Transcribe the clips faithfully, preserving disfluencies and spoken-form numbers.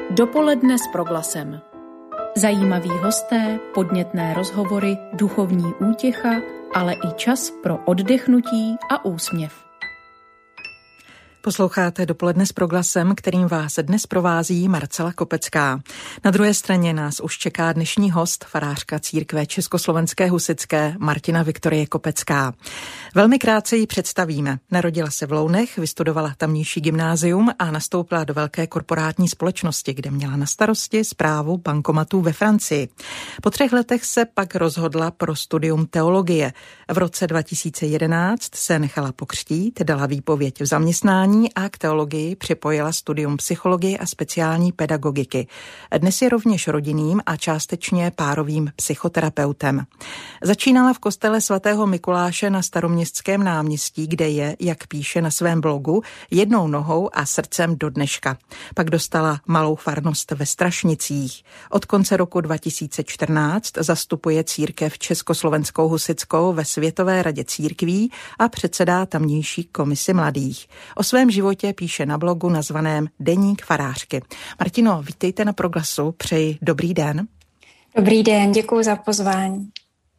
Dopoledne s Proglasem. Zajímaví hosté, podnětné rozhovory, duchovní útěcha, ale i čas pro oddechnutí a úsměv. Posloucháte Dopoledne s Proglasem, kterým vás dnes provází Marcela Kopecká. Na druhé straně nás už čeká dnešní host, farářka církve Československé husitské Martina Viktorie Kopecká. Velmi krátce ji představíme. Narodila se v Lounech, vystudovala tamnější gymnázium a nastoupila do velké korporátní společnosti, kde měla na starosti správu bankomatů ve Francii. Po třech letech se pak rozhodla pro studium teologie. V roce dva tisíce jedenáct se nechala pokřtít, dala výpověď v zaměstnání a k teologii připojila studium psychologie a speciální pedagogiky. Dnes je rovněž rodinným a částečně párovým psychoterapeutem. Začínala v kostele svatého Mikuláše na Staroměstském náměstí, kde je, jak píše na svém blogu, jednou nohou a srdcem do dneška. Pak dostala malou farnost ve Strašnicích. Od konce roku dva tisíce čtrnáct zastupuje církev Československou husitskou ve Světové radě církví a předsedá tamnější komisi mladých. O svém životě píše na blogu nazvaném Deník farářky. Martino, vítejte na Proglasu, přeji dobrý den. Dobrý den, děkuji za pozvání.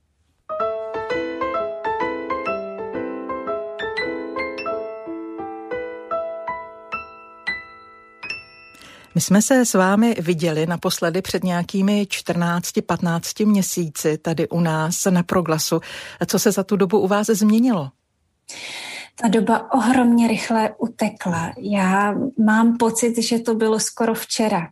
My jsme se s vámi viděli naposledy před nějakými čtrnácti patnácti měsíci tady u nás na Proglasu. Co se za tu dobu u vás změnilo? Ta doba ohromně rychle utekla. Já mám pocit, že to bylo skoro včera.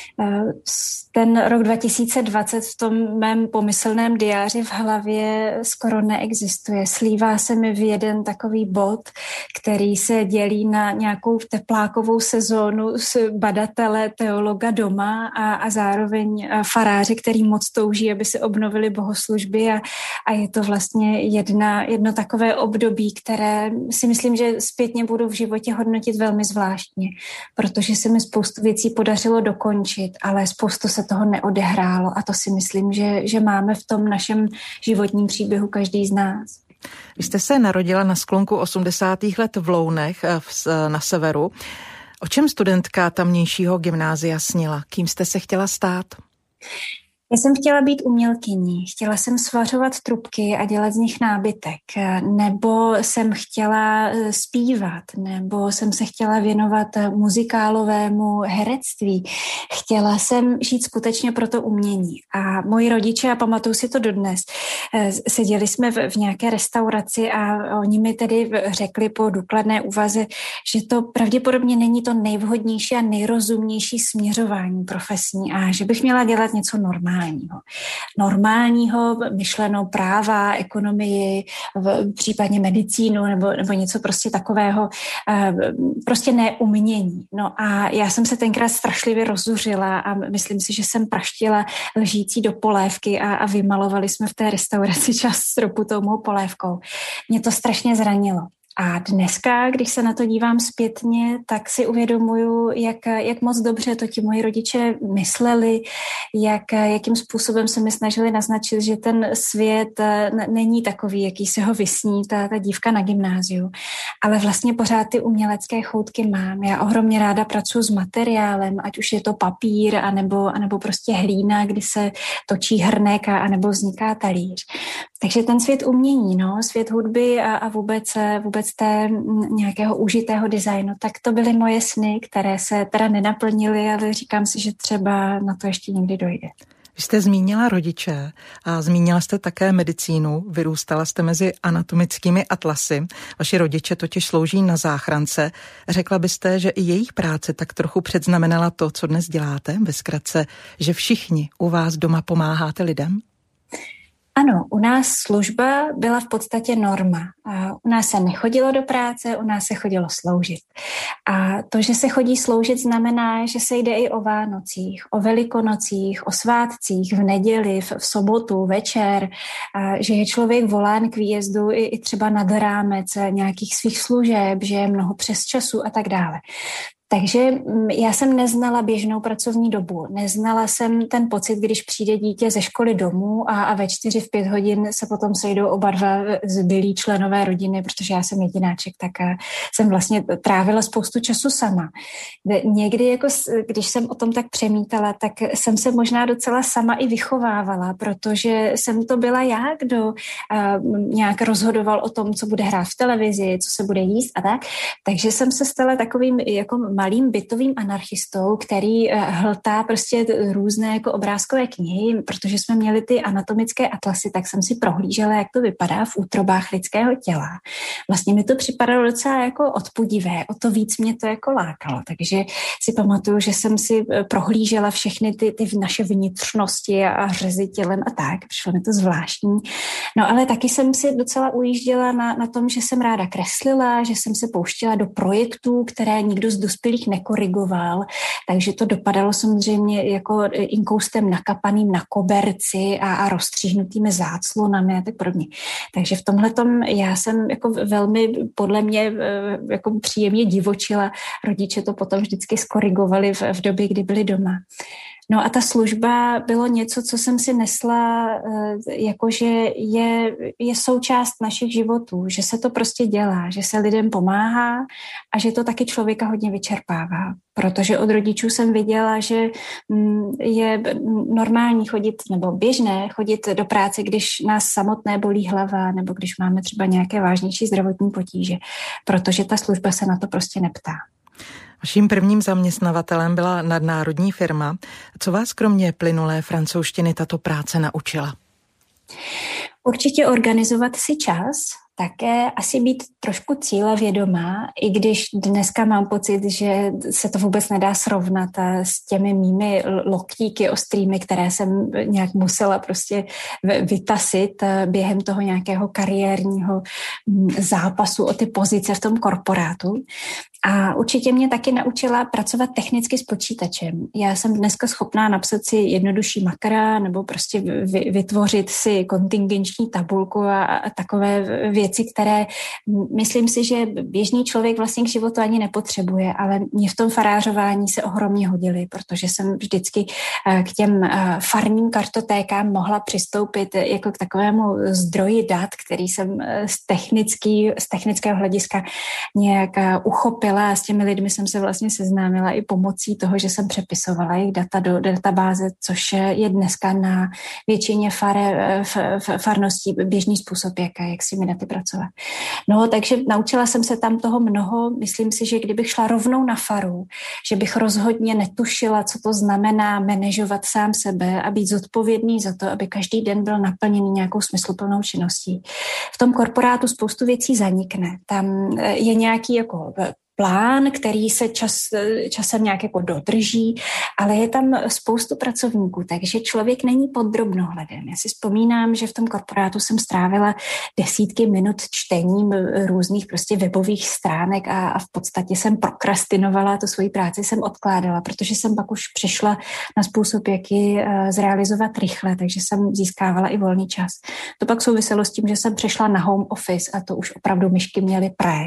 Ten rok dva tisíce dvacet v tom mém pomyslném diáři v hlavě skoro neexistuje. Slívá se mi v jeden takový bod, který se dělí na nějakou teplákovou sezónu s badatele, teologa doma a, a zároveň faráře, který moc touží, aby se obnovily bohoslužby a, a je to vlastně jedna, jedno takové období, které si myslím, že zpětně budu v životě hodnotit velmi zvláštně, protože se mi spoustu věcí podařilo dokončit, ale spoustu se toho neodehrálo a to si myslím, že, že máme v tom našem životním příběhu každý z nás. Vy jste se narodila na sklonku osmdesátých let v Lounech na severu. O čem studentka tamnějšího gymnázia snila? Kým jste se chtěla stát? Já jsem chtěla být umělkyní, chtěla jsem svařovat trubky a dělat z nich nábytek, nebo jsem chtěla zpívat, nebo jsem se chtěla věnovat muzikálovému herectví. Chtěla jsem žít skutečně pro to umění. A moji rodiče, a pamatuju si to dodnes, seděli jsme v, v nějaké restauraci a oni mi tedy řekli po důkladné úvaze, že to pravděpodobně není to nejvhodnější a nejrozumnější směřování profesní a že bych měla dělat něco normálního. Normálního. normálního, myšleno práva, ekonomii, v, případně medicínu nebo, nebo něco prostě takového, prostě neumění. No a já jsem se tenkrát strašlivě rozuřila a myslím si, že jsem praštila lžící do polévky a, a vymalovali jsme v té restauraci část stropu tou mou polévkou. Mě to strašně zranilo. A dneska, když se na to dívám zpětně, tak si uvědomuju, jak, jak moc dobře to ti moji rodiče mysleli, jak, jakým způsobem se mi snažili naznačit, že ten svět není takový, jaký se ho vysní ta, ta dívka na gymnáziu. Ale vlastně pořád ty umělecké choutky mám. Já ohromně ráda pracuji s materiálem, ať už je to papír, anebo, anebo prostě hlína, kdy se točí hrnek, a, anebo vzniká talíř. Takže ten svět umění, no, svět hudby a, a vůbec, vůbec té nějakého užitého designu, tak to byly moje sny, které se teda nenaplnily, ale říkám si, že třeba na to ještě někdy dojde. Vy jste zmínila rodiče a zmínila jste také medicínu, vyrůstala jste mezi anatomickými atlasy. Vaši rodiče totiž slouží na záchrance. Řekla byste, že i jejich práce tak trochu předznamenala to, co dnes děláte? Ve zkratce, že všichni u vás doma pomáháte lidem? Ano, u nás služba byla v podstatě norma. U nás se nechodilo do práce, u nás se chodilo sloužit. A to, že se chodí sloužit, znamená, že se jde i o Vánocích, o Velikonocích, o svátcích, v neděli, v, v sobotu, večer, a že je člověk volán k výjezdu i, i třeba nad rámec nějakých svých služeb, že je mnoho přesčasů a tak dále. Takže já jsem neznala běžnou pracovní dobu. Neznala jsem ten pocit, když přijde dítě ze školy domů a, a ve čtyři, v pět hodin se potom sejdou oba dva zbylí členové rodiny, protože já jsem jedináček, tak jsem vlastně trávila spoustu času sama. Někdy, jako, když jsem o tom tak přemítala, tak jsem se možná docela sama i vychovávala, protože jsem to byla já, kdo a, nějak rozhodoval o tom, co bude hrát v televizi, co se bude jíst a tak. Takže jsem se stala takovým jako malým bytovým anarchistou, který hltá prostě různé jako obrázkové knihy, protože jsme měli ty anatomické atlasy, tak jsem si prohlížela, jak to vypadá v útrobách lidského těla. Vlastně mi to připadalo docela jako odpudivé, o to víc mě to jako lákalo, takže si pamatuju, že jsem si prohlížela všechny ty, ty naše vnitřnosti a řezy tělem a tak, přišlo mi to zvláštní. No ale taky jsem si docela ujížděla na, na tom, že jsem ráda kreslila, že jsem se pouštěla do projektů, které nikdo z dospělých nekorigoval, takže to dopadalo samozřejmě jako inkoustem nakapaným na koberci a, a rozstříhnutými záclonami a tak podobně. Takže v tomhletom já jsem jako velmi podle mě jako příjemně divočila. Rodiče to potom vždycky skorigovali v, v době, kdy byli doma. No a ta služba bylo něco, co jsem si nesla, jakože je, je součást našich životů, že se to prostě dělá, že se lidem pomáhá a že to taky člověka hodně vyčerpává. Protože od rodičů jsem viděla, že je normální chodit, nebo běžné chodit do práce, když nás samotné bolí hlava, nebo když máme třeba nějaké vážnější zdravotní potíže, protože ta služba se na to prostě neptá. Vaším prvním zaměstnavatelem byla nadnárodní firma. Co vás kromě plynulé francouzštiny tato práce naučila? Určitě organizovat si čas, také asi být trošku cílevědomá, i když dneska mám pocit, že se to vůbec nedá srovnat s těmi mými loktíky ostrými, které jsem nějak musela prostě vytasit během toho nějakého kariérního zápasu o ty pozice v tom korporátu. A určitě mě taky naučila pracovat technicky s počítačem. Já jsem dneska schopná napsat si jednodušší makra nebo prostě vytvořit si kontingenční tabulku a, a takové věci, které myslím si, že běžný člověk vlastně k životu ani nepotřebuje, ale mě v tom farářování se ohromně hodily, protože jsem vždycky k těm farním kartotékám mohla přistoupit jako k takovému zdroji dat, který jsem z, technický, z technického hlediska nějak uchopila a s těmi lidmi jsem se vlastně seznámila i pomocí toho, že jsem přepisovala jejich data do databáze, což je dneska na většině fare, farností běžný způsob, jak, jak si mi daty pracovat. No, takže naučila jsem se tam toho mnoho. Myslím si, že kdybych šla rovnou na faru, že bych rozhodně netušila, co to znamená manažovat sám sebe a být zodpovědný za to, aby každý den byl naplněný nějakou smysluplnou činností. V tom korporátu spoustu věcí zanikne. Tam je nějaký jako plán, který se čas, časem nějak jako dodrží, ale je tam spoustu pracovníků, takže člověk není pod drobnohledem. Já si vzpomínám, že v tom korporátu jsem strávila desítky minut čtením různých prostě webových stránek a, a v podstatě jsem prokrastinovala, tu svoji práci jsem odkládala, protože jsem pak už přišla na způsob, jak ji zrealizovat rychle, takže jsem získávala i volný čas. To pak souviselo s tím, že jsem přešla na home office a to už opravdu myšky měly pré.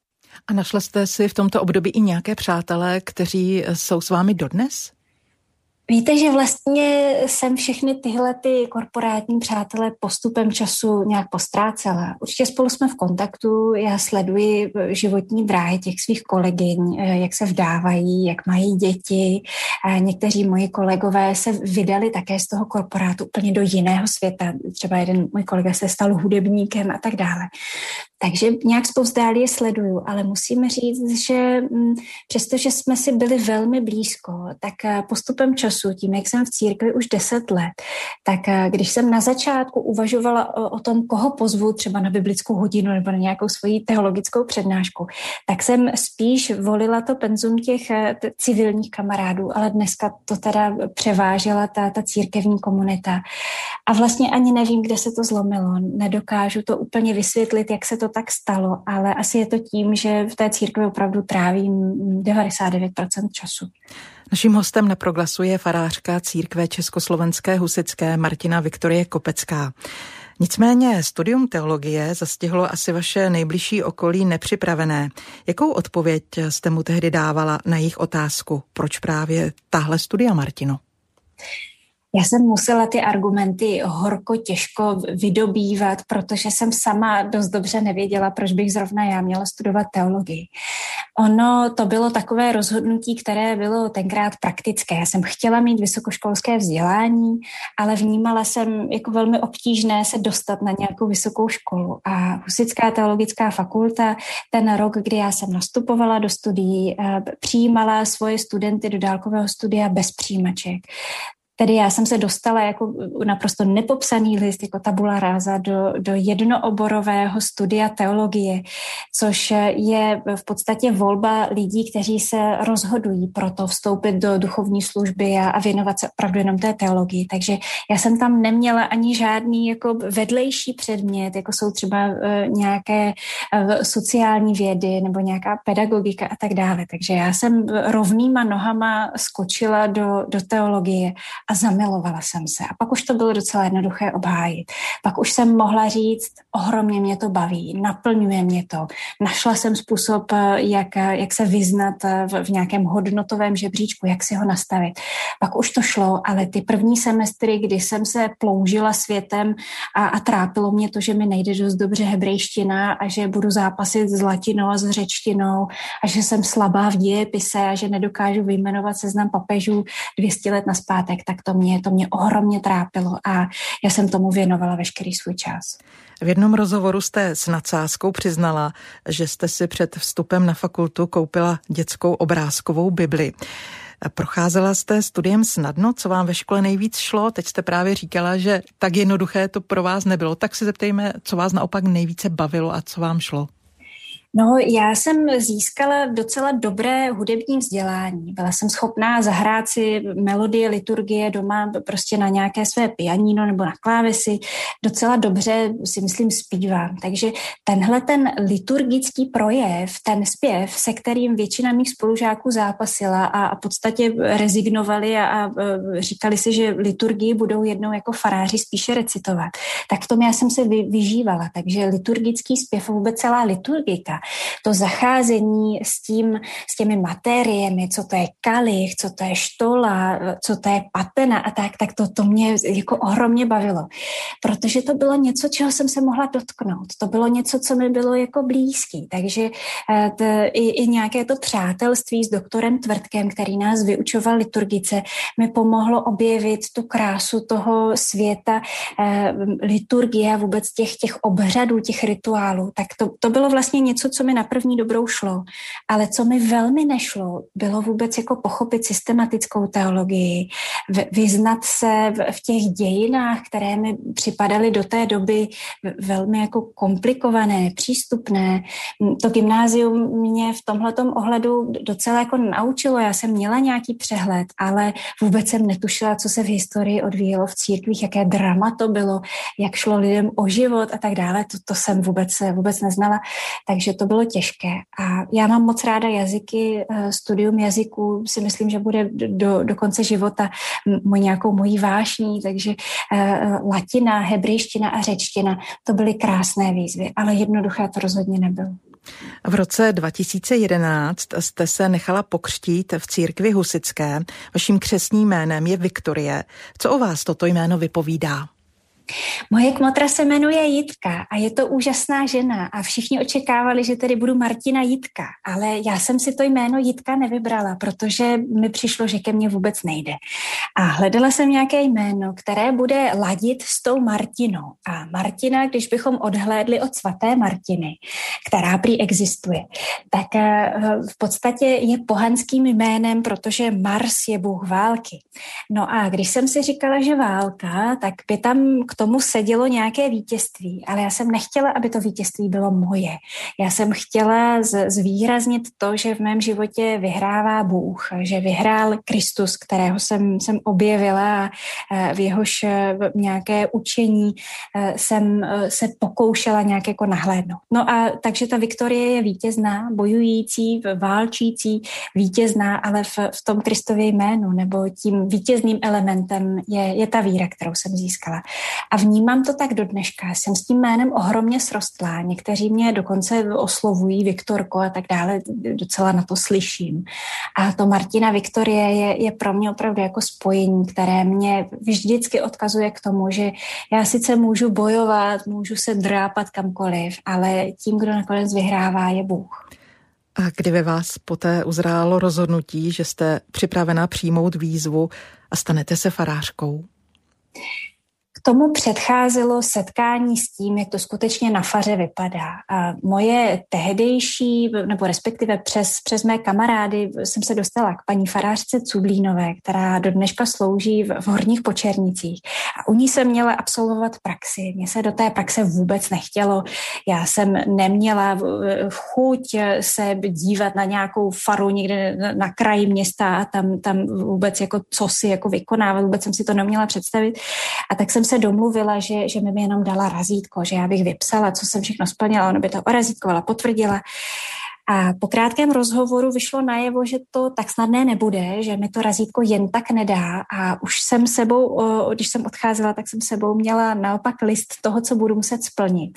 A našla jste si v tomto období i nějaké přátelé, kteří jsou s vámi dodnes? Víte, že vlastně jsem všechny tyhle ty korporátní přátelé postupem času nějak postrácela. Určitě spolu jsme v kontaktu, já sleduji životní dráhy těch svých kolegyň, jak se vdávají, jak mají děti. Někteří moji kolegové se vydali také z toho korporátu úplně do jiného světa. Třeba jeden můj kolega se stal hudebníkem a tak dále. Takže nějak zpovzdálí je sleduju, ale musím říct, že přestože jsme si byli velmi blízko, tak postupem času, tím, jak jsem v církvi už deset let, tak když jsem na začátku uvažovala o, o tom, koho pozvu třeba na biblickou hodinu nebo na nějakou svoji teologickou přednášku, tak jsem spíš volila to penzum těch t- civilních kamarádů, ale dneska to teda převážela ta, ta církevní komunita. A vlastně ani nevím, kde se to zlomilo. Nedokážu to úplně vysvětlit, jak se to tak stalo, ale asi je to tím, že v té církvi opravdu trávím devadesát devět procent času. Naším hostem na Proglasu je farářka církve Československé husitské Martina Viktorie Kopecká. Nicméně studium teologie zastihlo asi vaše nejbližší okolí nepřipravené. Jakou odpověď jste mu tehdy dávala na jejich otázku? Proč právě tahle studia, Martino? Já jsem musela ty argumenty horko těžko vydobývat, protože jsem sama dost dobře nevěděla, proč bych zrovna já měla studovat teologii. Ono to bylo takové rozhodnutí, které bylo tenkrát praktické. Já jsem chtěla mít vysokoškolské vzdělání, ale vnímala jsem jako velmi obtížné se dostat na nějakou vysokou školu. A Husitská teologická fakulta, ten rok, kdy já jsem nastupovala do studií, přijímala svoje studenty do dálkového studia bez přijímaček. Tedy já jsem se dostala jako naprosto nepopsaný list, jako tabula ráza do, do jednooborového studia teologie, což je v podstatě volba lidí, kteří se rozhodují pro to vstoupit do duchovní služby a, a věnovat se opravdu jenom té teologii. Takže já jsem tam neměla ani žádný jako vedlejší předmět, jako jsou třeba uh, nějaké uh, sociální vědy nebo nějaká pedagogika a tak dále. Takže já jsem rovnýma nohama skočila do, do teologie a zamilovala jsem se. A pak už to bylo docela jednoduché obhájit. Pak už jsem mohla říct, ohromně mě to baví, naplňuje mě to. Našla jsem způsob, jak, jak se vyznat v, v nějakém hodnotovém žebříčku, jak si ho nastavit. Pak už to šlo, ale ty první semestry, kdy jsem se ploužila světem a, a trápilo mě to, že mi nejde dost dobře hebrejština a že budu zápasit s latinou a s řečtinou a že jsem slabá v dějepise a že nedokážu vyjmenovat seznam papežů dvě stě let nazpátek, tak to mě, to mě ohromně trápilo a já jsem tomu věnovala veškerý svůj čas. V jednom rozhovoru jste s nadsázkou přiznala, že jste si před vstupem na fakultu koupila dětskou obrázkovou bibli. Procházela jste studiem snadno, co vám ve škole nejvíc šlo? Teď jste právě říkala, že tak jednoduché to pro vás nebylo. Tak si zeptejme, co vás naopak nejvíce bavilo a co vám šlo? No, já jsem získala docela dobré hudební vzdělání. Byla jsem schopná zahrát si melodie, liturgie doma prostě na nějaké své pianino nebo na klávesi. Docela dobře si myslím zpívám. Takže tenhle ten liturgický projev, ten zpěv, se kterým většina mých spolužáků zápasila a, a v podstatě rezignovali a, a říkali si, že liturgii budou jednou jako faráři spíše recitovat. Tak v tom já jsem se vy, vyžívala. Takže liturgický zpěv, vůbec celá liturgika, to zacházení s tím, s těmi materiemi, co to je kalich, co to je štola, co to je patena a tak, tak to, to mě jako ohromně bavilo. Protože to bylo něco, čeho jsem se mohla dotknout. To bylo něco, co mi bylo jako blízký. Takže t, i, i nějaké to přátelství s doktorem Tvrdkem, který nás vyučoval liturgice, mi pomohlo objevit tu krásu toho světa eh, liturgie a vůbec těch, těch obřadů, těch rituálů. Tak to, to bylo vlastně něco, co mi na první dobrou šlo, ale co mi velmi nešlo, bylo vůbec jako pochopit systematickou teologii, vyznat se v těch dějinách, které mi připadaly do té doby velmi jako komplikované, přístupné. To gymnázium mě v tomhletom ohledu docela jako naučilo. Já jsem měla nějaký přehled, ale vůbec jsem netušila, co se v historii odvíjelo v církvích, jaké drama to bylo, jak šlo lidem o život a tak dále. To, to jsem vůbec, vůbec neznala, takže to bylo těžké. A já mám moc ráda jazyky, studium jazyků si myslím, že bude do, do konce života můj nějakou mojí vášní, takže uh, latina, hebrejština a řečtina, to byly krásné výzvy, ale jednoduché to rozhodně nebylo. V roce dva tisíce jedenáct jste se nechala pokřtít v církvi husitské. Vaším křestním jménem je Viktorie. Co o vás toto jméno vypovídá? Moje kmotra se jmenuje Jitka a je to úžasná žena a všichni očekávali, že tedy budu Martina Jitka, ale já jsem si to jméno Jitka nevybrala, protože mi přišlo, že ke mně vůbec nejde. A hledala jsem nějaké jméno, které bude ladit s tou Martinou. A Martina, když bychom odhlédli od svaté Martiny, která prý existuje, tak v podstatě je pohanským jménem, protože Mars je bůh války. No a když jsem si říkala, že válka, tak by tam k tomu sedělo nějaké vítězství, ale já jsem nechtěla, aby to vítězství bylo moje. Já jsem chtěla z, zvýraznit to, že v mém životě vyhrává Bůh, že vyhrál Kristus, kterého jsem, jsem objevila a v jehož nějaké učení jsem se pokoušela nějak jako nahlédnout. No a takže ta Viktorie je vítězná, bojující, válčící, vítězná, ale v, v tom Kristově jménu nebo tím vítězným elementem je, je ta víra, kterou jsem získala. A vnímám to tak do dneška. Jsem s tím jménem ohromně srostlá. Někteří mě dokonce oslovují Viktorko a tak dále. Docela na to slyším. A to Martina Viktorie je, je pro mě opravdu jako spojení, které mě vždycky odkazuje k tomu, že já sice můžu bojovat, můžu se drápat kamkoliv, ale tím, kdo nakonec vyhrává, je Bůh. A kdy ve vás poté uzrálo rozhodnutí, že jste připravena přijmout výzvu a stanete se farářkou? K tomu předcházelo setkání s tím, jak to skutečně na faře vypadá. A moje tehdejší, nebo respektive přes, přes mé kamarády jsem se dostala k paní farářce Cudlínové, která do dneška slouží v, v Horních Počernicích. A u ní jsem měla absolvovat praxi. Mně se do té praxe vůbec nechtělo. Já jsem neměla chuť se dívat na nějakou faru někde na, na kraji města a tam, tam vůbec jako co si jako vykonávat. Vůbec jsem si to neměla představit. A tak jsem se domluvila, že, že mi jenom dala razítko, že já bych vypsala, co jsem všechno splnila, ona by to orazítkovala, potvrdila. A po krátkém rozhovoru vyšlo najevo, že to tak snadné nebude, že mi to razítko jen tak nedá a už jsem sebou, když jsem odcházela, tak jsem sebou měla naopak list toho, co budu muset splnit.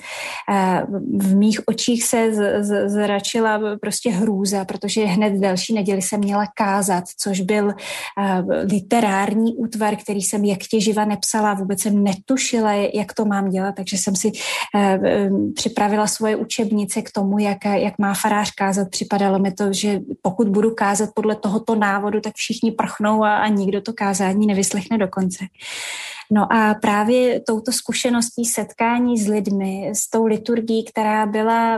V mých očích se z, z, zračila prostě hrůza, protože hned další neděli jsem měla kázat, což byl literární útvar, který jsem jak těživa nepsala, vůbec jsem netušila, jak to mám dělat, takže jsem si připravila svoje učebnice k tomu, jak, jak má farář kázat. Připadalo mi to, že pokud budu kázat podle tohoto návodu, tak všichni prchnou a, a nikdo to kázání nevyslechne do konce. No a právě touto zkušeností setkání s lidmi, s tou liturgií, která byla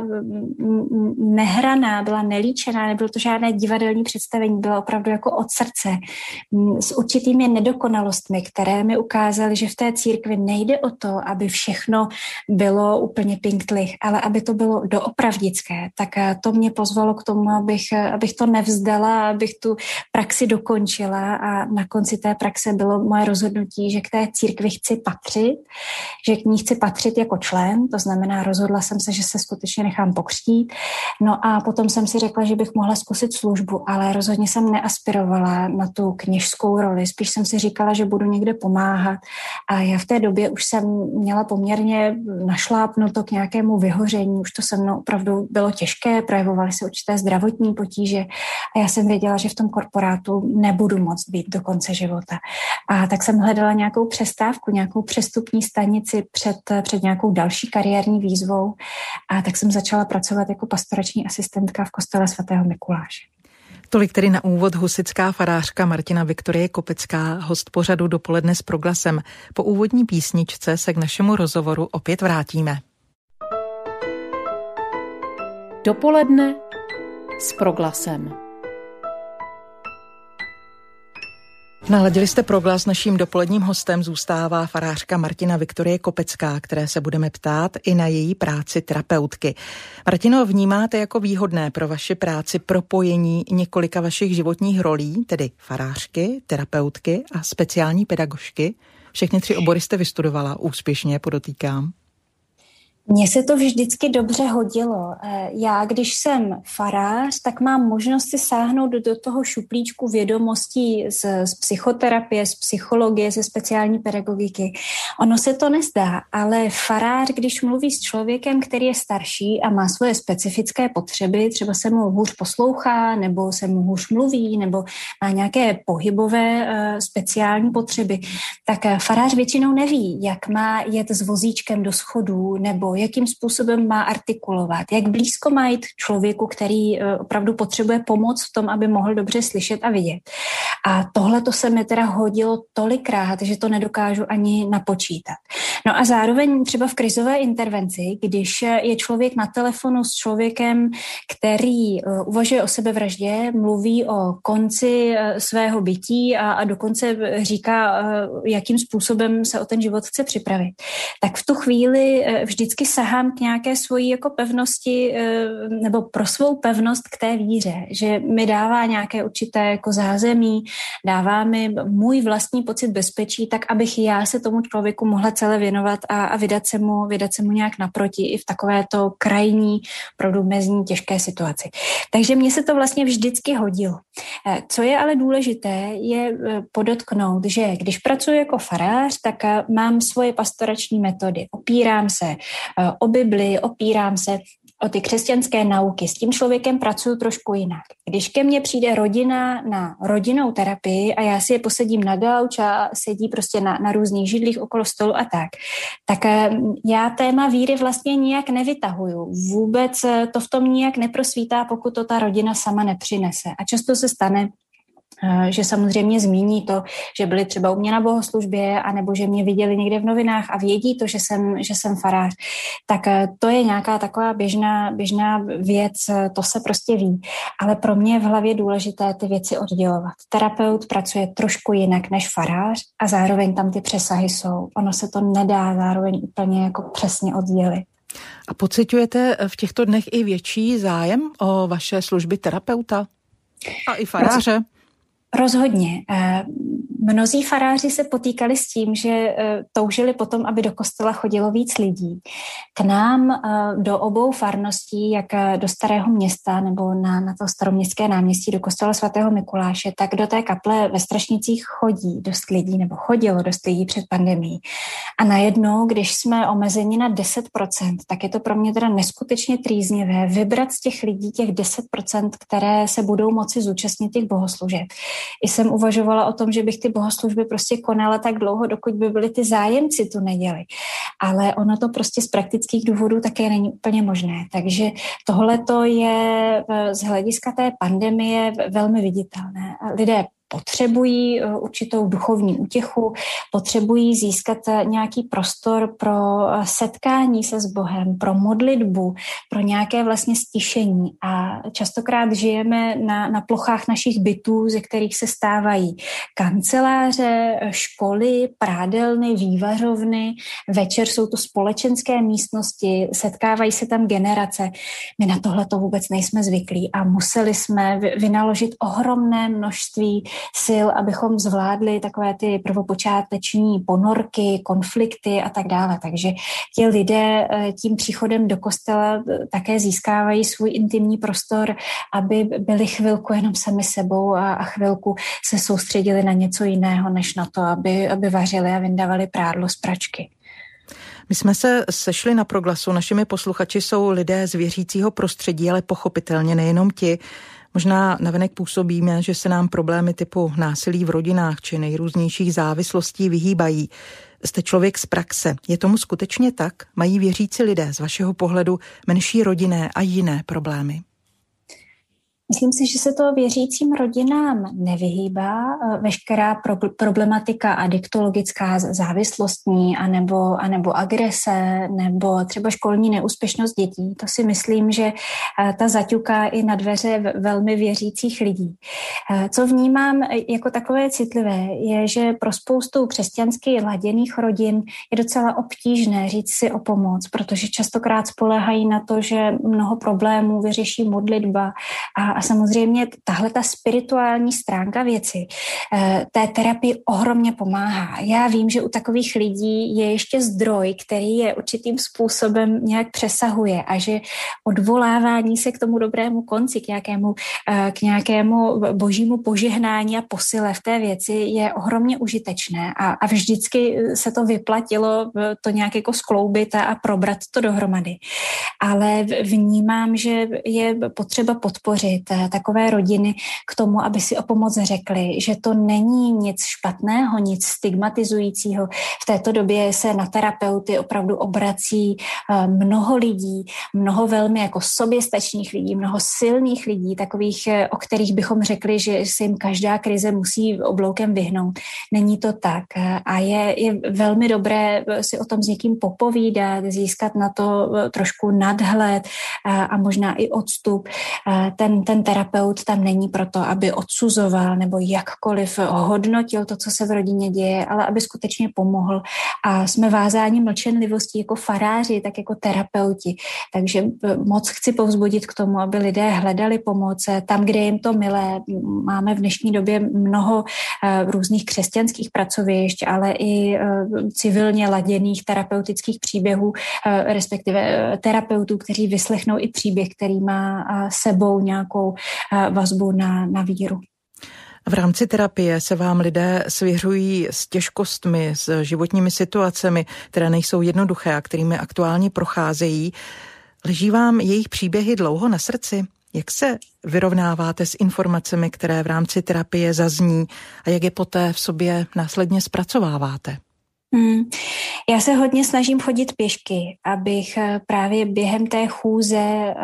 nehraná, byla nelíčená, nebylo to žádné divadelní představení, bylo opravdu jako od srdce, s určitými nedokonalostmi, které mi ukázaly, že v té církvi nejde o to, aby všechno bylo úplně pinktlich, ale aby to bylo doopravdické. Tak to mě pozvalo k tomu, abych, abych to nevzdala, abych tu praxi dokončila a na konci té praxe bylo moje rozhodnutí, že k té církvi chci patřit, že k ní chci patřit jako člen, to znamená, rozhodla jsem se, že se skutečně nechám pokřtít. No a potom jsem si řekla, že bych mohla zkusit službu, ale rozhodně jsem neaspirovala na tu kněžskou roli, spíš jsem si říkala, že budu někde pomáhat a já v té době už jsem měla poměrně našlápnuto k nějakému vyhoření, už to se mnou opravdu bylo těžké, projevovaly se určité zdravotní potíže a já jsem věděla, že v tom korporátu nebudu moct být do konce života. A tak jsem hledala nějakou přestávku, nějakou přestupní stanici před, před nějakou další kariérní výzvou a tak jsem začala pracovat jako pastorační asistentka v kostele svatého Mikuláše. Tolik tedy na úvod husitská farářka Martina Viktorie Kopecká, host pořadu Dopoledne s Proglasem. Po úvodní písničce se k našemu rozhovoru opět vrátíme. Dopoledne s Proglasem. Naladili jste Proglas, naším dopoledním hostem zůstává farářka Martina Viktorie Kopecká, které se budeme ptát i na její práci terapeutky. Martino, vnímáte jako výhodné pro vaši práci propojení několika vašich životních rolí, tedy farářky, terapeutky a speciální pedagožky? Všechny tři obory jste vystudovala, úspěšně podotýkám. Mně se to vždycky dobře hodilo. Já, když jsem farář, tak mám možnost si sáhnout do toho šuplíčku vědomostí z, z psychoterapie, z psychologie, ze speciální pedagogiky. Ono se to nezdá, ale farář, když mluví s člověkem, který je starší a má svoje specifické potřeby, třeba se mu hůř poslouchá, nebo se mu hůř mluví, nebo má nějaké pohybové uh, speciální potřeby, tak farář většinou neví, jak má jet s vozíčkem do schodů, nebo jakým způsobem má artikulovat, jak blízko má jít člověku, který opravdu potřebuje pomoc v tom, aby mohl dobře slyšet a vidět. A tohle to se mi teda hodilo tolikrát, že to nedokážu ani napočítat. No a zároveň třeba v krizové intervenci, když je člověk na telefonu s člověkem, který uvažuje o sebevraždě, mluví o konci svého bytí a, a dokonce říká, jakým způsobem se o ten život chce připravit, tak v tu chvíli vždycky sahám k nějaké svojí jako pevnosti nebo pro svou pevnost k té víře, že mi dává nějaké určité jako zázemí, dává mi můj vlastní pocit bezpečí, tak abych já se tomu člověku mohla celé věnovat věnovat a, a vydat se mu, vydat se mu nějak naproti i v takovéto krajní, opravdu mezní těžké situaci. Takže mně se to vlastně vždycky hodilo. Co je ale důležité, je podotknout, že když pracuji jako farář, tak mám svoje pastorační metody. Opírám se o Bibli, opírám se o ty křesťanské nauky. S tím člověkem pracuji trošku jinak. Když ke mně přijde rodina na rodinnou terapii a já si je posedím na gauč a sedí prostě na, na různých židlích okolo stolu a tak, tak já téma víry vlastně nijak nevytahuju. Vůbec to v tom nijak neprosvítá, pokud to ta rodina sama nepřinese. A často se stane, že samozřejmě zmíní to, že byli třeba u mě na bohoslužbě, anebo že mě viděli někde v novinách a vědí to, že jsem, že jsem farář. Tak to je nějaká taková běžná, běžná věc, to se prostě ví. Ale pro mě je v hlavě důležité ty věci oddělovat. Terapeut pracuje trošku jinak než farář a zároveň tam ty přesahy jsou. Ono se to nedá zároveň úplně jako přesně oddělit. A pociťujete v těchto dnech i větší zájem o vaše služby terapeuta? A i faráře? Rozhodně. Mnozí faráři se potýkali s tím, že toužili potom, aby do kostela chodilo víc lidí. K nám do obou farností, jak do Starého Města nebo na, na to staroměstské náměstí do kostela svatého Mikuláše, tak do té kaple ve Strašnicích chodí dost lidí, nebo chodilo dost lidí před pandemií. A najednou, když jsme omezeni na deset procent, tak je to pro mě teda neskutečně trýznivé vybrat z těch lidí těch deset procent, které se budou moci zúčastnit těch bohoslužeb. I jsem uvažovala o tom, že bych ty bohoslužby prostě konala tak dlouho, dokud by byly ty zájemci tu neděli. Ale ono to prostě z praktických důvodů také není úplně možné. Takže tohleto je z hlediska té pandemie velmi viditelné. Lidé potřebují určitou duchovní útěchu, potřebují získat nějaký prostor pro setkání se s Bohem, pro modlitbu, pro nějaké vlastně stišení. A častokrát žijeme na, na plochách našich bytů, ze kterých se stávají kanceláře, školy, prádelny, vývařovny. Večer jsou to společenské místnosti, setkávají se tam generace. My na tohle to vůbec nejsme zvyklí a museli jsme vynaložit ohromné množství sil, abychom zvládli takové ty prvopočáteční ponorky, konflikty a tak dále. Takže ti lidé tím příchodem do kostela také získávají svůj intimní prostor, aby byli chvilku jenom sami sebou a, a chvilku se soustředili na něco jiného, než na to, aby, aby vařili a vyndavali prádlo z pračky. My jsme se sešli na Proglasu, našimi posluchači jsou lidé z věřícího prostředí, ale pochopitelně nejenom ti. Možná navenek působíme, že se nám problémy typu násilí v rodinách či nejrůznějších závislostí vyhýbají. Jste člověk z praxe. Je tomu skutečně tak? Mají věřící lidé z vašeho pohledu menší rodinné a jiné problémy? Myslím si, že se to věřícím rodinám nevyhýbá. Veškerá pro, problematika adiktologická, závislostní, anebo, anebo agrese, nebo třeba školní neúspěšnost dětí. To si myslím, že ta zaťuká i na dveře velmi věřících lidí. Co vnímám jako takové citlivé, je, že pro spoustu křesťansky laděných rodin je docela obtížné říct si o pomoc, protože častokrát spoléhají na to, že mnoho problémů vyřeší modlitba a A samozřejmě tahle ta spirituální stránka věci té terapii ohromně pomáhá. Já vím, že u takových lidí je ještě zdroj, který je určitým způsobem nějak přesahuje a že odvolávání se k tomu dobrému konci, k nějakému, k nějakému božímu požehnání a posile v té věci je ohromně užitečné a, a vždycky se to vyplatilo to nějak jako skloubit a, a probrat to dohromady. Ale vnímám, že je potřeba podpořit takové rodiny k tomu, aby si o pomoc řekli, že to není nic špatného, nic stigmatizujícího. V této době se na terapeuty opravdu obrací mnoho lidí, mnoho velmi jako soběstačných lidí, mnoho silných lidí, takových, o kterých bychom řekli, že se jim každá krize musí obloukem vyhnout. Není to tak a je, je velmi dobré si o tom s někým popovídat, získat na to trošku nadhled a možná i odstup. Ten, ten ten terapeut tam není proto, aby odsuzoval nebo jakkoliv hodnotil to, co se v rodině děje, ale aby skutečně pomohl. A jsme vázáni mlčenlivostí jako faráři, tak jako terapeuti. Takže moc chci povzbudit k tomu, aby lidé hledali pomoc tam, kde jim to milé. Máme v dnešní době mnoho různých křesťanských pracovišť, ale i civilně laděných terapeutických příběhů, respektive terapeutů, kteří vyslechnou i příběh, který má sebou nějakou vazbu na, na víru. V rámci terapie se vám lidé svěřují s těžkostmi, s životními situacemi, které nejsou jednoduché a kterými aktuálně procházejí. Leží vám jejich příběhy dlouho na srdci? Jak se vyrovnáváte s informacemi, které v rámci terapie zazní a jak je poté v sobě následně zpracováváte? Hmm. Já se hodně snažím chodit pěšky, abych právě během té chůze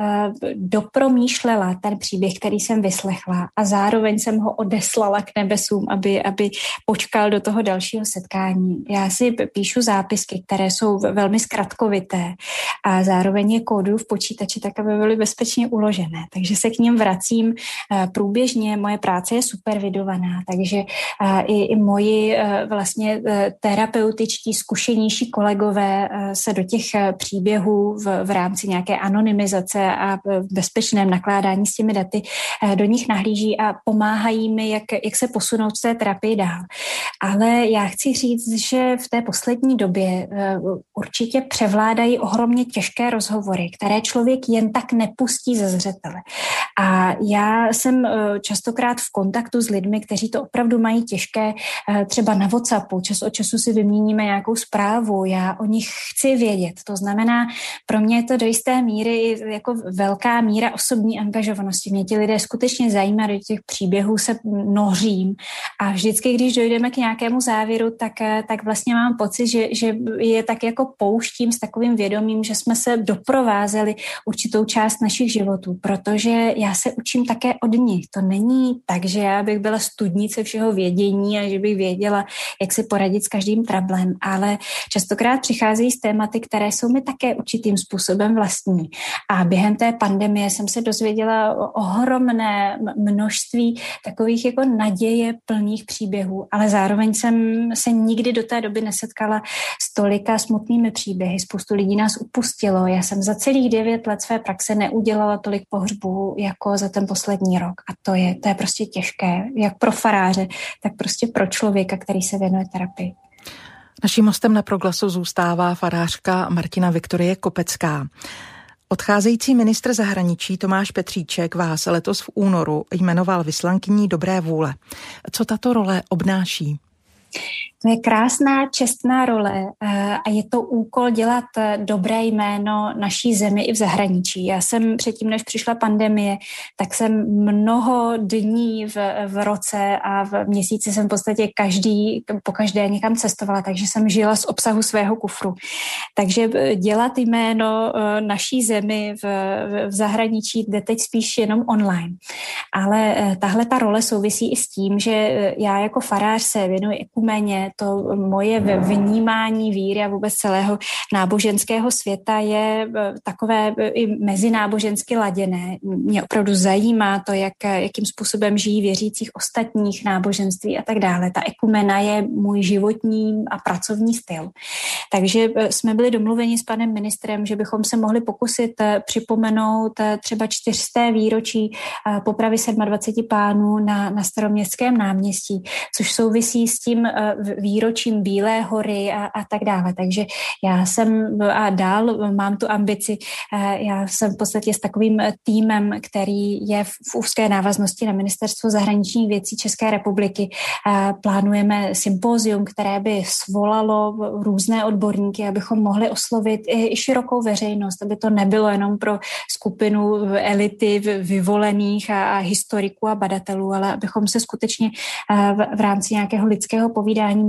dopromýšlela ten příběh, který jsem vyslechla a zároveň jsem ho odeslala k nebesům, aby, aby počkal do toho dalšího setkání. Já si píšu zápisky, které jsou velmi zkratkovité a zároveň je kóduju v počítači tak, aby byly bezpečně uložené. Takže se k nim vracím průběžně. Moje práce je supervidovaná, takže i, i moji vlastně terapeuti zkušenější kolegové se do těch příběhů v, v rámci nějaké anonymizace a v bezpečném nakládání s těmi daty do nich nahlíží a pomáhají mi, jak, jak se posunout z té terapii dál. Ale já chci říct, že v té poslední době určitě převládají ohromně těžké rozhovory, které člověk jen tak nepustí ze zřetele. A já jsem častokrát v kontaktu s lidmi, kteří to opravdu mají těžké, třeba na WhatsAppu, čas od času si vyměníme nějakou zprávu, já o nich chci vědět. To znamená, pro mě je to do jisté míry jako velká míra osobní angažovanosti. Mě ti lidé skutečně zajímají, do těch příběhů se nořím a vždycky, když dojdeme k nějakému závěru, tak, tak vlastně mám pocit, že, že je tak jako pouštím s takovým vědomím, že jsme se doprovázeli určitou část našich životů, protože já se učím také od nich. To není tak, že já bych byla studnice všeho vědění a že bych věděla, jak si poradit s každým trablem, ale častokrát přicházejí z tématy, které jsou mi také určitým způsobem vlastní. A během té pandemie jsem se dozvěděla o ohromné množství takových jako naděje plných příběhů, ale zároveň jsem se nikdy do té doby nesetkala s tolika smutnými příběhy. Spoustu lidí nás upustilo. Já jsem za celých devět let své praxe neudělala tolik pohřbů jako za ten poslední rok. A to je, to je prostě těžké, jak pro faráře, tak prostě pro člověka, který se věnuje terapii. Naším hostem na Proglasu zůstává farářka Martina Viktorie Kopecká. Odcházející ministr zahraničí Tomáš Petříček vás letos v únoru jmenoval vyslankyní dobré vůle. Co tato role obnáší? To je krásná, čestná role a je to úkol dělat dobré jméno naší zemi i v zahraničí. Já jsem předtím, než přišla pandemie, tak jsem mnoho dní v, v roce a v měsíci jsem v podstatě každý, po každé někam cestovala, takže jsem žila z obsahu svého kufru. Takže dělat jméno naší zemi v, v zahraničí jde teď spíš jenom online. Ale tahle ta role souvisí i s tím, že já jako farář se věnuji ekumeně. To moje vnímání víry a vůbec celého náboženského světa je takové i mezinábožensky laděné. Mě opravdu zajímá to, jak, jakým způsobem žijí věřících ostatních náboženství a tak dále. Ta ekumena je můj životní a pracovní styl. Takže jsme byli domluveni s panem ministrem, že bychom se mohli pokusit připomenout třeba čtyřsté výročí popravy dvaceti sedmi pánů na, na Staroměstském náměstí, což souvisí s tím výročím Bílé hory a, a tak dále. Takže já jsem a dál mám tu ambici, já jsem v podstatě s takovým týmem, který je v, v úzké návaznosti na Ministerstvo zahraničních věcí České republiky. Plánujeme sympózium, které by svolalo různé odborníky, abychom mohli oslovit i, i širokou veřejnost, aby to nebylo jenom pro skupinu elity vyvolených a, a historiků a badatelů, ale abychom se skutečně v, v rámci nějakého lidského povídání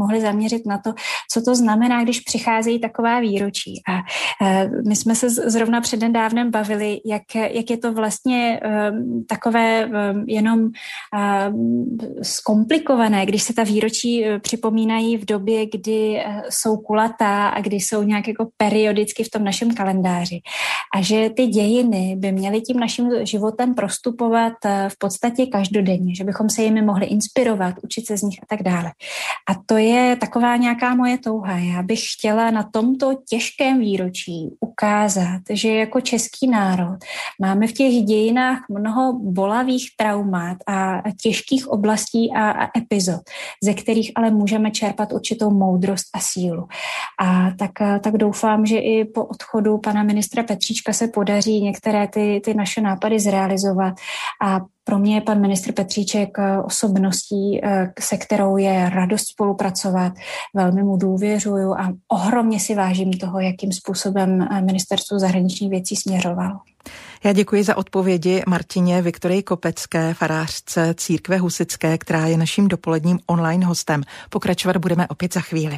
mohli zaměřit na to, co to znamená, když přicházejí taková výročí. A my jsme se zrovna přednedávnem bavili, jak, jak je to vlastně takové jenom zkomplikované, když se ta výročí připomínají v době, kdy jsou kulatá a kdy jsou nějak jako periodicky v tom našem kalendáři. A že ty dějiny by měly tím naším životem prostupovat v podstatě každodenně, že bychom se jimi mohli inspirovat, učit se z nich a tak dále. A to je taková nějaká moje touha. Já bych chtěla na tomto těžkém výročí ukázat, že jako český národ máme v těch dějinách mnoho bolavých traumat a těžkých oblastí a, a epizod, ze kterých ale můžeme čerpat určitou moudrost a sílu. A tak, tak doufám, že i po odchodu pana ministra Petříčka se podaří některé ty, ty naše nápady zrealizovat. A pro mě je pan ministr Petříček osobností, se kterou je radost spolupracovat. Velmi mu důvěřuju a ohromně si vážím toho, jakým způsobem ministerstvo zahraničních věcí směřovalo. Já děkuji za odpovědi Martině Viktorii Kopecké, farářce církve husitské, která je naším dopoledním online hostem. Pokračovat budeme opět za chvíli.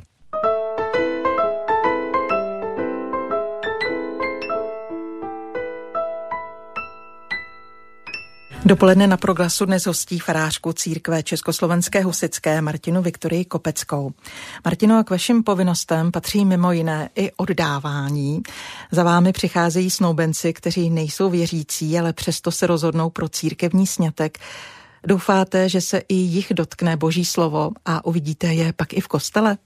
Dopoledne na Proglasu dnes hostí farářku církve Československé husitské Martinu Viktorii Kopeckou. Martino, k vašim povinnostem patří mimo jiné i oddávání. Za vámi přicházejí snoubenci, kteří nejsou věřící, ale přesto se rozhodnou pro církevní sňatek. Doufáte, že se i jich dotkne Boží slovo a uvidíte je pak i v kostele?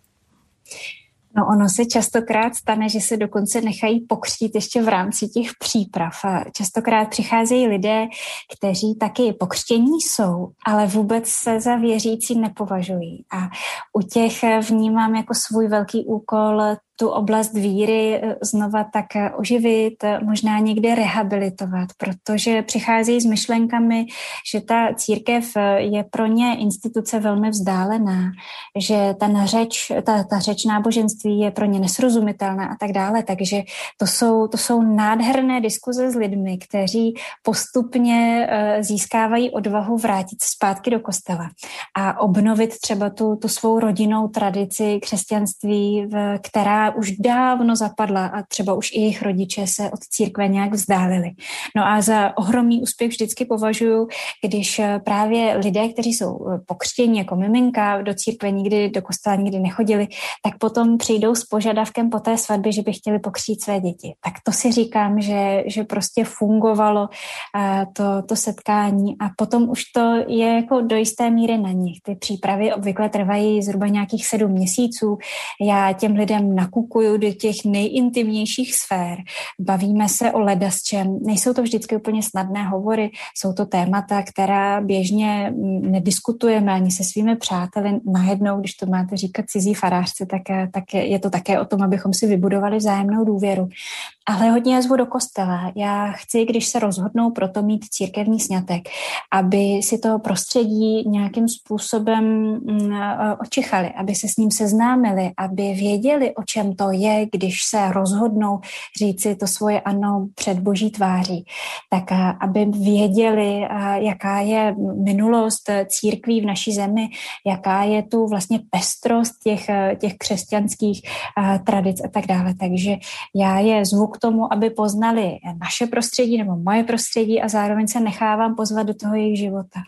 No ono se častokrát stane, že se dokonce nechají pokřtít ještě v rámci těch příprav. A častokrát přicházejí lidé, kteří taky pokřtění jsou, ale vůbec se za věřící nepovažují. A u těch vnímám jako svůj velký úkol tu oblast víry znova tak oživit, možná někde rehabilitovat, protože přicházejí s myšlenkami, že ta církev je pro ně instituce velmi vzdálená, že ta řeč, ta, ta řeč náboženství je pro ně nesrozumitelná a tak dále. Takže to jsou, to jsou nádherné diskuze s lidmi, kteří postupně získávají odvahu vrátit se zpátky do kostela a obnovit třeba tu, tu svou rodinnou tradici křesťanství, která už dávno zapadla a třeba už i jejich rodiče se od církve nějak vzdálili. No a za ohromný úspěch vždycky považuji, když právě lidé, kteří jsou pokřtění jako miminka, do církve nikdy, do kostela nikdy nechodili, tak potom přijdou s požadavkem po té svatbě, že by chtěli pokřtít své děti. Tak to si říkám, že, že prostě fungovalo to, to setkání a potom už to je jako do jisté míry na nich. Ty přípravy obvykle trvají zhruba nějakých sedm měsíců. Já těm lidem nakupuji do těch nejintimnějších sfér. Bavíme se o ledasčem. Nejsou to vždycky úplně snadné hovory, jsou to témata, která běžně nediskutujeme ani se svými přáteli. Najednou, když to máte říkat cizí farářce, tak, tak je to také o tom, abychom si vybudovali vzájemnou důvěru. Ale hodně je zvu do kostela. Já chci, když se rozhodnou pro to mít církevní sňatek, aby si to prostředí nějakým způsobem očichali, aby se s ním seznámili, aby věděli, o čem to je, když se rozhodnou říci to svoje ano před Boží tváří, tak aby věděli, jaká je minulost církví v naší zemi, jaká je tu vlastně pestrost těch, těch křesťanských tradic a tak dále. Takže já je zvu k tomu, aby poznali naše prostředí nebo moje prostředí a zároveň se nechávám pozvat do toho jejich života.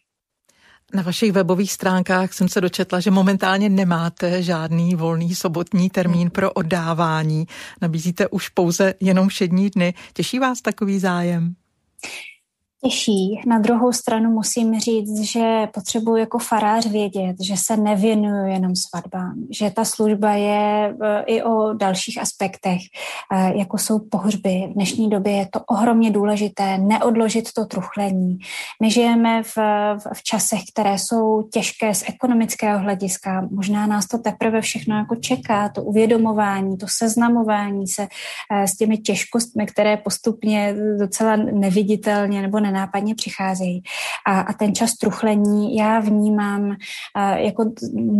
Na vašich webových stránkách jsem se dočetla, že momentálně nemáte žádný volný sobotní termín pro oddávání. Nabízíte už pouze jenom všední dny. Těší vás takový zájem? Těší. Na druhou stranu musím říct, že potřebuji jako farář vědět, že se nevěnuju jenom svatbám, že ta služba je i o dalších aspektech, jako jsou pohřby. V dnešní době je to ohromně důležité, neodložit to truchlení. My žijeme v, v časech, které jsou těžké z ekonomického hlediska. Možná nás to teprve všechno jako čeká, to uvědomování, to seznamování se s těmi těžkostmi, které postupně docela neviditelně nebo nenápadně přicházejí. A, a ten čas truchlení já vnímám uh, jako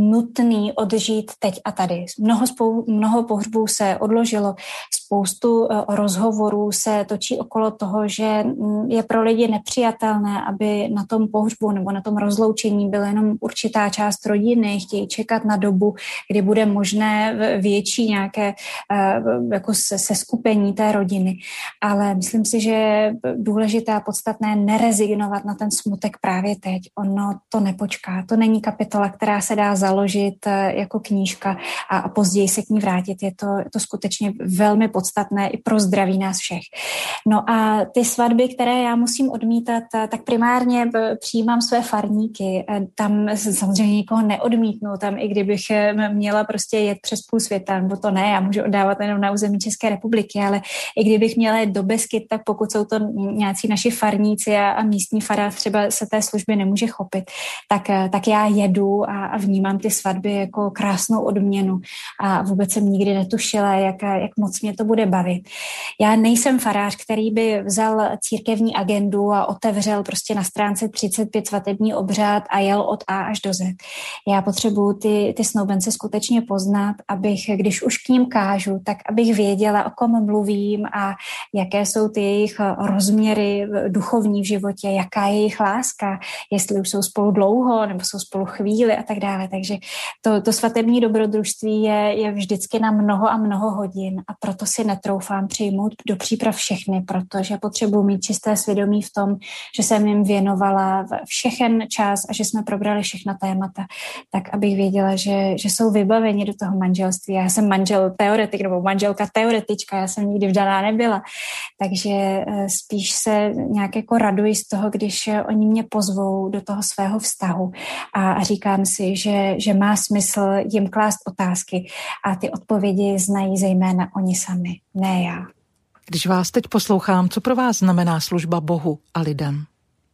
nutný odžít teď a tady. Mnoho, spou, mnoho pohřbů se odložilo, spoustu uh, rozhovorů se točí okolo toho, že je pro lidi nepřijatelné, aby na tom pohřbu nebo na tom rozloučení byla jenom určitá část rodiny, chtějí čekat na dobu, kdy bude možné větší nějaké uh, jako se, seskupení té rodiny. Ale myslím si, že je důležité a podstatné nerezignovat na ten smutek právě teď. Ono to nepočká. To není kapitola, která se dá založit jako knížka a, a později se k ní vrátit. Je to, je to skutečně velmi podstatné i pro zdraví nás všech. No a ty svatby, které já musím odmítat, tak primárně přijímám své farníky. Tam samozřejmě nikoho neodmítnu, tam i kdybych měla prostě jet přes půl světa, nebo to ne, já můžu oddávat jenom na území České republiky, ale i kdybych měla jet do Beskyt, tak pokud jsou to nějací naši farníci a, a místní farář třeba se té služby nemůže chopit, tak, tak já jedu a, a vnímám ty svatby jako krásnou odměnu a vůbec jsem nikdy netušila, jak, jak moc mě to bude bavit. Já nejsem farář, který by vzal církevní agendu a otevřel prostě na stránce třicet pět svatební obřad a jel od A až do Z. Já potřebuji ty, ty snoubence skutečně poznat, abych, když už k ním kážu, tak abych věděla, o kom mluvím a jaké jsou ty jejich rozměry duchovní v životě, jaká je jejich láska, jestli už jsou spolu dlouho nebo jsou spolu chvíli a tak dále. Takže to, to svatební dobrodružství je, je vždycky na mnoho a mnoho hodin a proto si netroufám přijmout do příprav všechny, protože potřebuji mít čisté svědomí v tom, že jsem jim věnovala všechen čas a že jsme probrali všechna témata, tak abych věděla, že, že jsou vybaveni do toho manželství. Já jsem manžel teoretik nebo manželka teoretička, já jsem nikdy vdaná nebyla, takže spíš se nějak jako raduji z toho, když oni mě pozvou do toho svého vztahu a říkám si, že, že má smysl jim klást otázky a ty odpovědi znají zejména oni sami, ne já. Když vás teď poslouchám, co pro vás znamená služba Bohu a lidem?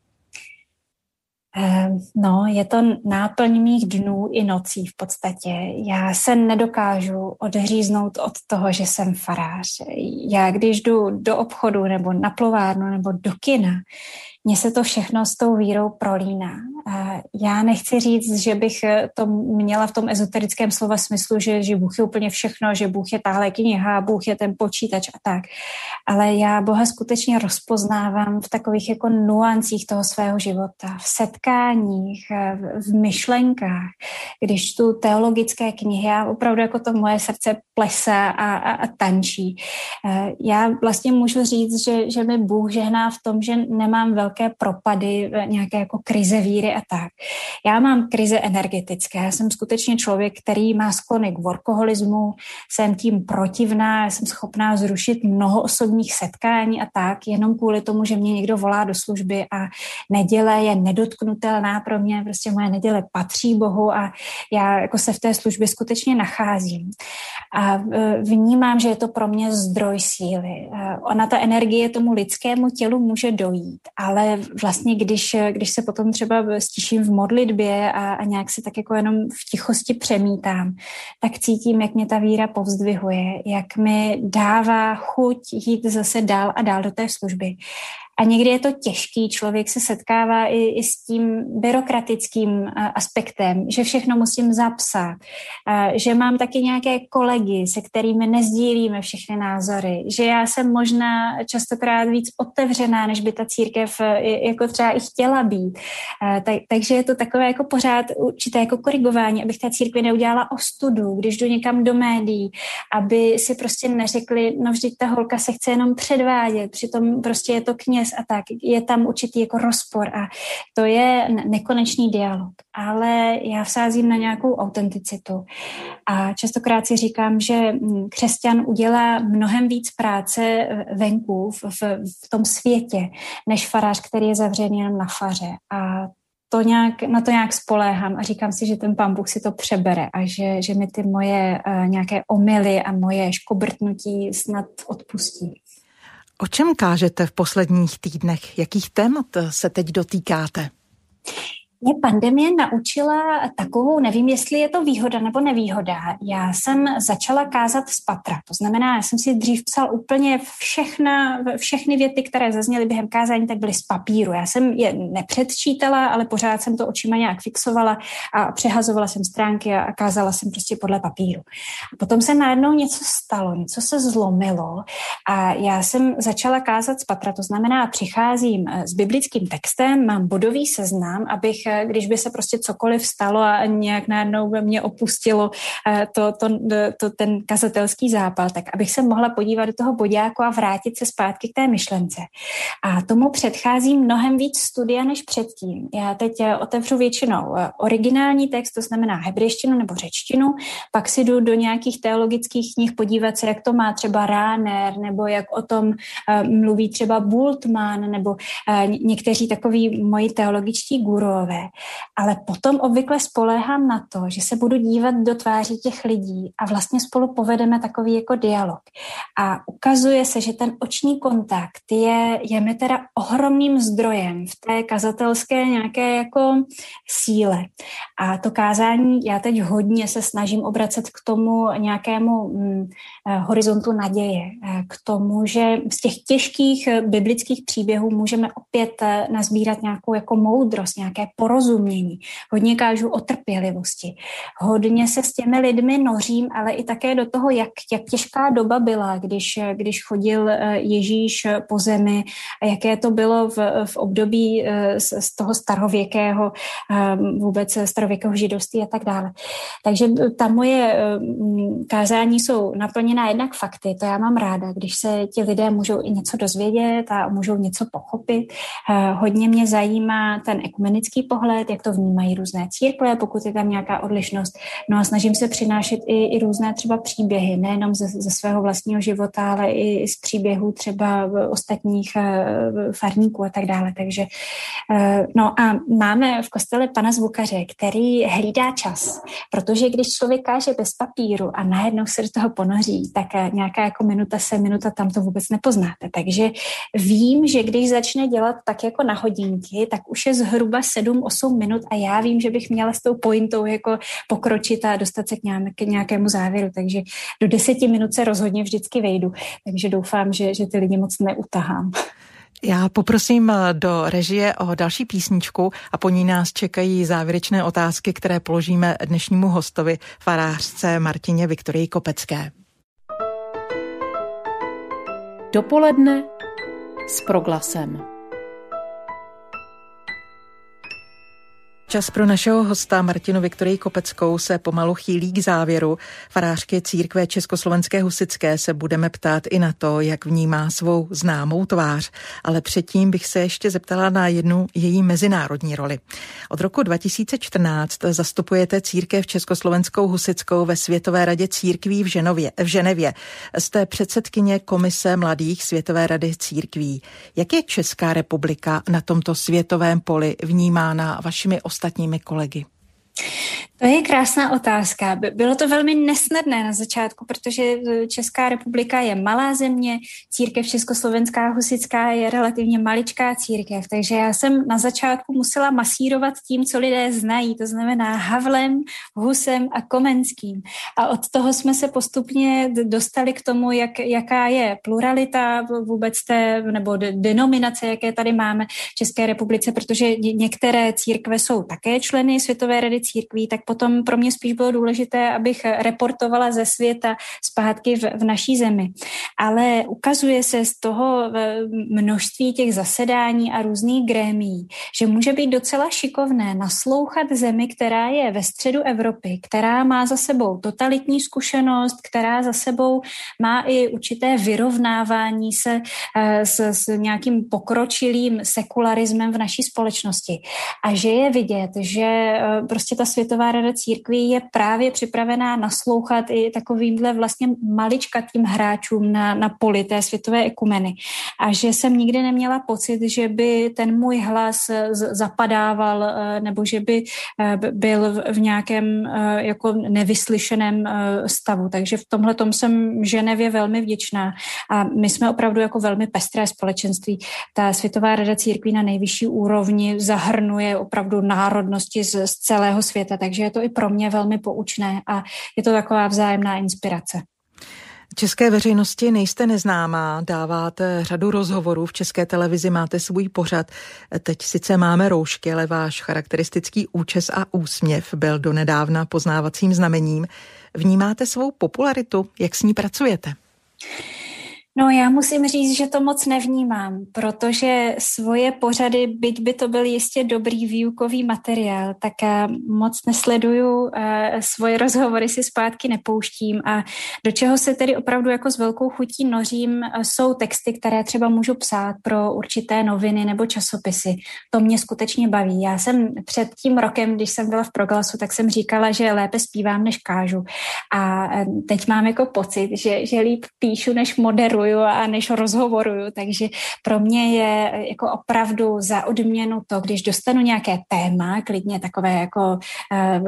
No, je to náplň mých dnů i nocí v podstatě. Já se nedokážu odříznout od toho, že jsem farář. Já když jdu do obchodu nebo na plovárnu nebo do kina, mně se to všechno s tou vírou prolíná. Já nechci říct, že bych to měla v tom ezoterickém slova smyslu, že, že Bůh je úplně všechno, že Bůh je tahle kniha, Bůh je ten počítač a tak. Ale já Boha skutečně rozpoznávám v takových jako nuancích toho svého života, v setkáních, v myšlenkách. Když tu teologické knihy, já opravdu jako to moje srdce plesá a, a, a tančí. Já vlastně můžu říct, že, že mi Bůh žehná v tom, že nemám velké propady, nějaké jako krize víry a tak. Já mám krize energetické. Já jsem skutečně člověk, který má sklony k workoholismu, jsem tím protivná, jsem schopná zrušit mnoho osobních setkání a tak, jenom kvůli tomu, že mě někdo volá do služby a neděle je nedotknutelná pro mě, prostě moje neděle patří Bohu a já jako se v té službě skutečně nacházím. A vnímám, že je to pro mě zdroj síly. Ona ta energie tomu lidskému tělu může dojít, ale vlastně když, když se potom třeba stiším v modlitbě a, a nějak si tak jako jenom v tichosti přemítám, tak cítím, jak mě ta víra povzdvihuje, jak mi dává chuť jít zase dál a dál do té služby. A někdy je to těžký, člověk se setkává i, i s tím byrokratickým aspektem, že všechno musím zapsat, že mám taky nějaké kolegy, se kterými nezdílíme všechny názory, že já jsem možná častokrát víc otevřená, než by ta církev jako třeba i chtěla být. Tak, takže je to takové jako pořád určité jako korigování, abych té církvi neudělala ostudu, když jdu někam do médií, aby si prostě neřekli, no vždyť ta holka se chce jenom předvádět, přitom prostě je to kněz a tak. Je tam určitý jako rozpor a to je nekonečný dialog. Ale já vsázím na nějakou autenticitu a častokrát si říkám, že křesťan udělá mnohem víc práce venku v, v, v tom světě, než farář, který je zavřený jenom na faře. A to nějak, na to nějak spoléhám a říkám si, že ten Pán Bůh si to přebere a že, že mi ty moje uh, nějaké omyly a moje škobrtnutí snad odpustí. O čem kážete v posledních týdnech? Jakých témat se teď dotýkáte? Mě pandemie naučila takovou, nevím, jestli je to výhoda nebo nevýhoda. Já jsem začala kázat z patra. To znamená, já jsem si dřív psal úplně všechna, všechny věty, které zazněly během kázání, tak byly z papíru. Já jsem je nepředčítala, ale pořád jsem to očima nějak fixovala a přehazovala jsem stránky a kázala jsem prostě podle papíru. A potom se najednou něco stalo, něco se zlomilo a já jsem začala kázat z patra. To znamená, přicházím s biblickým textem, mám bodový seznam, abych, když by se prostě cokoliv stalo a nějak najednou by mě opustilo to, to, to, ten kazatelský zápal, tak abych se mohla podívat do toho boďáku a vrátit se zpátky k té myšlence. A tomu předchází mnohem víc studia než předtím. Já teď otevřu většinou originální text, to znamená hebrejštinu nebo řečtinu, pak si jdu do nějakých teologických knih podívat se, jak to má třeba Rahner, nebo jak o tom mluví třeba Bultmann, nebo někteří takoví moji teologičtí gurové. Ale potom obvykle spoléhám na to, že se budu dívat do tváří těch lidí a vlastně spolu povedeme takový jako dialog. A ukazuje se, že ten oční kontakt je, je mi teda ohromným zdrojem v té kazatelské nějaké jako síle. A to kázání já teď hodně se snažím obracet k tomu nějakému hm, horizontu naděje, k tomu, že z těch těžkých biblických příběhů můžeme opět nazbírat nějakou jako moudrost, nějaké porozumění. Hodně kážu o trpělivosti. Hodně se s těmi lidmi nořím, ale i také do toho, jak, jak těžká doba byla, když, když chodil Ježíš po zemi, jaké to bylo v, v období z, z toho starověkého, vůbec starověkého židovství a tak dále. Takže ta moje kázání jsou naplněná jednak fakty, to já mám ráda, když se ti lidé můžou i něco dozvědět a můžou něco pochopit. Hodně mě zajímá ten ekumenický pohled, jak to vnímají různé církve, pokud je tam nějaká odlišnost. No a snažím se přinášet i, i různé třeba příběhy, nejenom ze, ze svého vlastního života, ale i z příběhů třeba ostatních farníků a tak dále. Takže no a máme v kostele pana zvukaře, který hlídá čas, protože když člověk káže bez papíru a najednou se do toho ponoří, tak nějaká jako minuta se, minuta tam to vůbec nepoznáte. Takže vím, že když začne dělat tak jako na hodinky, tak už je zhruba sedm osm minut a já vím, že bych měla s tou pointou jako pokročit a dostat se k, nějaké, k nějakému závěru. Takže do deseti minut se rozhodně vždycky vejdu. Takže doufám, že, že ty lidi moc neutahám. Já poprosím do režie o další písničku a po ní nás čekají závěrečné otázky, které položíme dnešnímu hostovi, farářce Martině Viktorii Kopecké. Dopoledne s Proglasem. Čas pro našeho hosta Martinu Viktorii Kopeckou se pomalu chýlí k závěru. Farářky církve Československé husitské se budeme ptát i na to, jak vnímá svou známou tvář. Ale předtím bych se ještě zeptala na jednu její mezinárodní roli. Od roku dva tisíce čtrnáct zastupujete církev Československou husitskou ve Světové radě církví v Ženově, v Ženevě. Jste předsedkyně Komise mladých Světové rady církví. Jak je Česká republika na tomto světovém poli vnímána vašimi ostatními kolegy? To je krásná otázka. Bylo to velmi nesnadné na začátku, protože Česká republika je malá země, církev Československá husitská je relativně maličká církev, takže já jsem na začátku musela masírovat tím, co lidé znají, to znamená Havlem, Husem a Komenským. A od toho jsme se postupně dostali k tomu, jak, jaká je pluralita vůbec té, nebo denominace, jaké tady máme v České republice, protože některé církve jsou také členy Světové rady církví, tak potom pro mě spíš bylo důležité, abych reportovala ze světa zpátky v, v naší zemi. Ale ukazuje se z toho množství těch zasedání a různých grémií, že může být docela šikovné naslouchat zemi, která je ve středu Evropy, která má za sebou totalitní zkušenost, která za sebou má i určité vyrovnávání se s, s nějakým pokročilým sekularismem v naší společnosti. A že je vidět, že prostě ta Světová rada církví je právě připravená naslouchat i takovýmhle vlastně maličkatým hráčům na, na poli té světové ekumeny. A že jsem nikdy neměla pocit, že by ten můj hlas zapadával nebo že by byl v nějakém jako nevyslyšeném stavu. Takže v tomhle tom jsem Ženevě velmi vděčná. A my jsme opravdu jako velmi pestré společenství. Ta Světová rada církví na nejvyšší úrovni zahrnuje opravdu národnosti z, z celého světa, takže je to i pro mě velmi poučné a je to taková vzájemná inspirace. České veřejnosti nejste neznámá, dáváte řadu rozhovorů, v České televizi máte svůj pořad. Teď sice máme roušky, ale váš charakteristický účes a úsměv byl donedávna poznávacím znamením. Vnímáte svou popularitu? Jak s ní pracujete? No já musím říct, že to moc nevnímám, protože svoje pořady, byť by to byl jistě dobrý výukový materiál, tak moc nesleduju, svoje rozhovory si zpátky nepouštím a do čeho se tedy opravdu jako s velkou chutí nořím, jsou texty, které třeba můžu psát pro určité noviny nebo časopisy. To mě skutečně baví. Já jsem před tím rokem, když jsem byla v Proglasu, tak jsem říkala, že lépe zpívám, než kážu. A teď mám jako pocit, že, že líp píšu, než moderuju a než rozhovoruju, takže pro mě je jako opravdu za odměnu to, když dostanu nějaké téma, klidně takové jako e,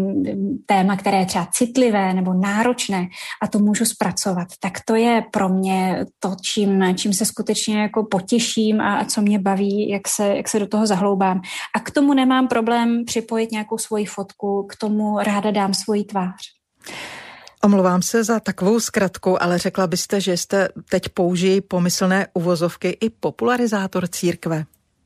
téma, které je třeba citlivé nebo náročné a to můžu zpracovat, tak to je pro mě to, čím, čím se skutečně jako potěším a, a co mě baví, jak se, jak se do toho zahloubám. A k tomu nemám problém připojit nějakou svoji fotku, k tomu ráda dám svoji tvář. Omlouvám se za takovou zkratku, ale řekla byste, že jste teď použijí pomyslné uvozovky i popularizátor církve.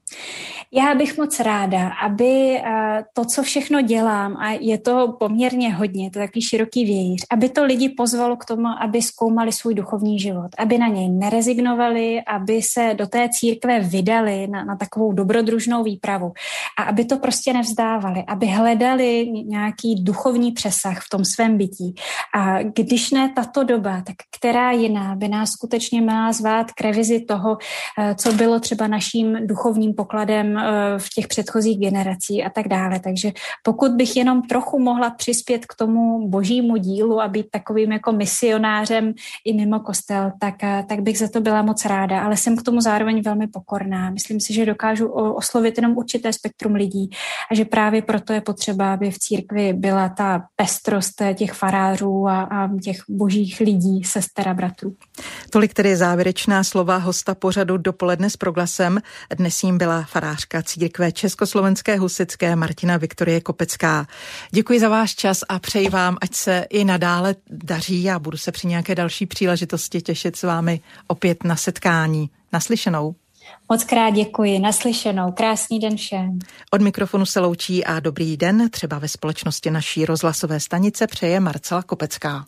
Já bych moc ráda, aby to, co všechno dělám, a je to poměrně hodně, to je takový široký vějíř, aby to lidi pozvalo k tomu, aby zkoumali svůj duchovní život, aby na něj nerezignovali, aby se do té církve vydali na, na takovou dobrodružnou výpravu a aby to prostě nevzdávali, aby hledali nějaký duchovní přesah v tom svém bytí. A když ne tato doba, tak která jiná by nás skutečně měla zvát k revizi toho, co bylo třeba naším duchovním pokladem v těch předchozích generacích a tak dále. Takže pokud bych jenom trochu mohla přispět k tomu božímu dílu a být takovým jako misionářem i mimo kostel, tak, tak bych za to byla moc ráda, ale jsem k tomu zároveň velmi pokorná. Myslím si, že dokážu oslovit jenom určité spektrum lidí a že právě proto je potřeba, aby v církvi byla ta pestrost těch farářů a, a těch božích lidí, sester a bratrů. Tolik tedy závěrečná slova hosta pořadu Dopoledne s Proglasem. Dnes jím byla farářka církve Československé husitské Martina Viktorie Kopecká. Děkuji za váš čas a přeji vám, ať se i nadále daří a budu se při nějaké další příležitosti těšit s vámi opět na setkání. Naslyšenou. Moc krát děkuji, naslyšenou. Krásný den všem. Od mikrofonu se loučí a dobrý den, třeba ve společnosti naší rozhlasové stanice, přeje Marcela Kopecká.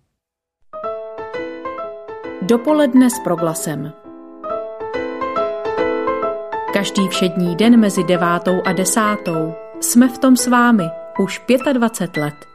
Dopoledne s Proglasem. Každý všední den mezi devátou a desátou jsme v tom s vámi už dvacet pět let.